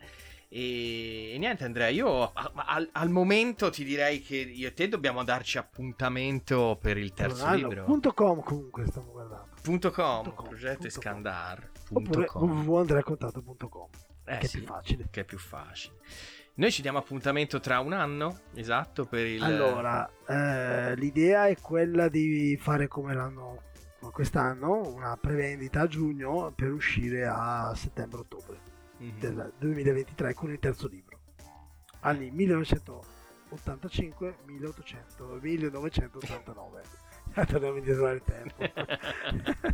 E, e niente Andrea, io a, al, al momento ti direi che io e te dobbiamo darci appuntamento per il terzo allora, libro. Punto .com comunque stiamo guardando. Punto .com, punto com, progetto iskandar oppure w w w punto andrea contato punto com, eh, che sì, è più facile. Che è più facile. Noi ci diamo appuntamento tra un anno, esatto, per il... Allora, eh, l'idea è quella di fare come l'anno quest'anno, una prevendita a giugno per uscire a settembre-ottobre mm-hmm. del duemilaventitré con il terzo libro, anni millenovecentottantacinque milleottocento millenovecentottantanove. Torniamo indietro nel tempo. Comunque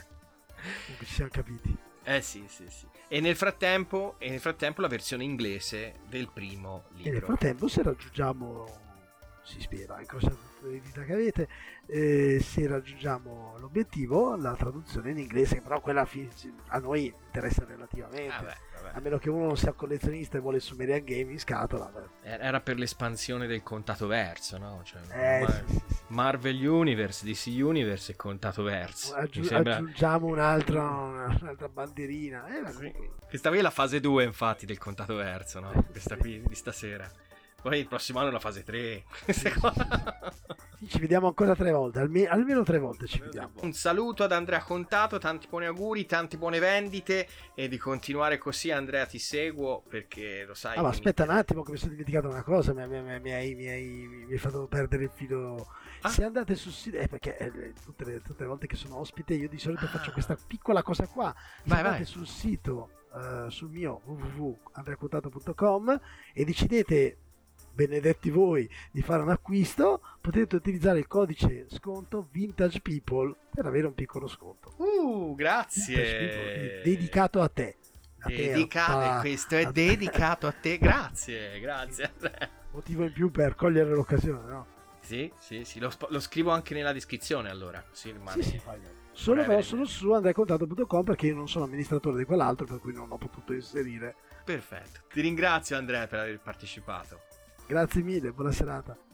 ci siamo capiti. Eh sì, sì, sì. E nel frattempo, e nel frattempo la versione inglese del primo libro. E nel frattempo, se raggiungiamo, si spera, incrociate tutte le dita che avete, eh, se raggiungiamo l'obiettivo, la traduzione in inglese, però quella a noi interessa relativamente. Ah, beh, a meno che uno non sia collezionista e vuole Sumerian Game in scatola. Beh. Era per l'espansione del contato verso, no? Cioè, eh, Mar- sì, sì, sì. Marvel Universe, D C Universe e contato verso. Aggi- sembra... Aggiungiamo un'altra, un'altra bandierina. Eh, sì. Questa qui è la fase due, infatti, del contato verso, no? Questa qui di stasera. Poi il prossimo anno è la fase tre. Sì, sì, sì. Sì, ci vediamo ancora tre volte, alme- almeno tre volte ci vediamo. Un saluto ad Andrea Contato, tanti buoni auguri, tanti buone vendite e di continuare così. Andrea, ti seguo perché lo sai. Ah, ma aspetta un attimo che mi sono dimenticato una cosa, mi, mi, mi, mi, hai, mi, hai, mi hai fatto perdere il filo. Ah. Se andate sul sito, eh, perché eh, tutte, le, tutte le volte che sono ospite io di solito ah. faccio questa piccola cosa qua. Se vai, andate vai. sul sito, uh, sul mio w w w punto andrea contato punto com e decidete, benedetti voi, di fare un acquisto, potete utilizzare il codice sconto Vintage People per avere un piccolo sconto. Uh, grazie. People, dedicato a te. A dedicato, te, a, questo è a dedicato a te. Grazie, grazie. Motivo in più per cogliere l'occasione, no? Sì, sì, sì, lo, lo scrivo anche nella descrizione allora. Così rimane. Sì, sì. Solo però sono su andrea contato punto com perché io non sono amministratore di quell'altro, per cui non ho potuto inserire. Perfetto. Ti ringrazio Andrea per aver partecipato. Grazie mille, buona serata.